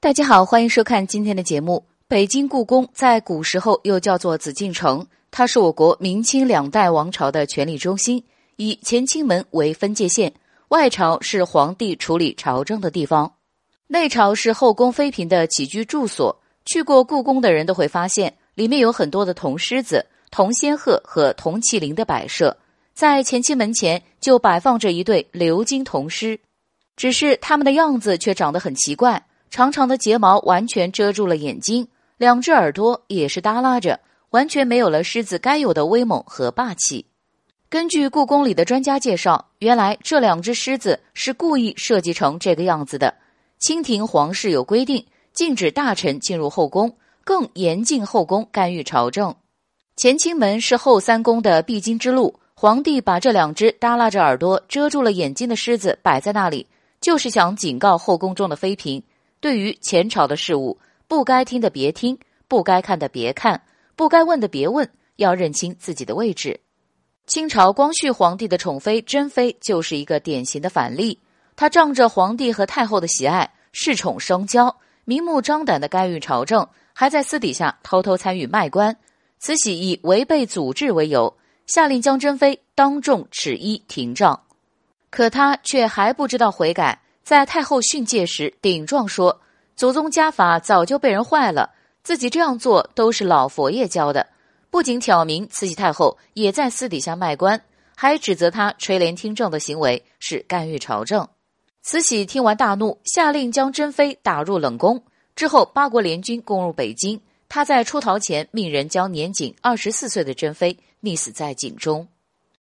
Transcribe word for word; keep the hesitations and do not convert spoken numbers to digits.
大家好，欢迎收看今天的节目。北京故宫在古时候又叫做紫禁城，它是我国明清两代王朝的权力中心，以乾清门为分界线，外朝是皇帝处理朝政的地方，内朝是后宫妃嫔的起居住所。去过故宫的人都会发现，里面有很多的铜狮子、铜仙鹤和铜麒麟的摆设，在乾清门前就摆放着一对鎏金铜狮，只是它们的样子却长得很奇怪，长长的睫毛完全遮住了眼睛，两只耳朵也是耷拉着，完全没有了狮子该有的威猛和霸气。根据故宫里的专家介绍，原来这两只狮子是故意设计成这个样子的。清廷皇室有规定，禁止大臣进入后宫，更严禁后宫干预朝政。乾清门是后三宫的必经之路，皇帝把这两只耷拉着耳朵遮住了眼睛的狮子摆在那里，就是想警告后宫中的妃嫔，对于前朝的事务，不该听的别听，不该看的别看，不该问的别问，要认清自己的位置。清朝光绪皇帝的宠妃珍妃就是一个典型的反例，她仗着皇帝和太后的喜爱，恃宠生骄，明目张胆地干预朝政，还在私底下偷偷参与卖官。慈禧以违背祖制为由，下令将珍妃当众褫衣廷杖，可她却还不知道悔改，在太后训诫时顶撞说，祖宗家法早就被人坏了，自己这样做都是老佛爷教的。不仅挑明慈禧太后也在私底下卖官，还指责她垂帘听政的行为是干预朝政。慈禧听完大怒，下令将珍妃打入冷宫。之后八国联军攻入北京，她在出逃前命人将年仅二十四岁的珍妃溺死在井中。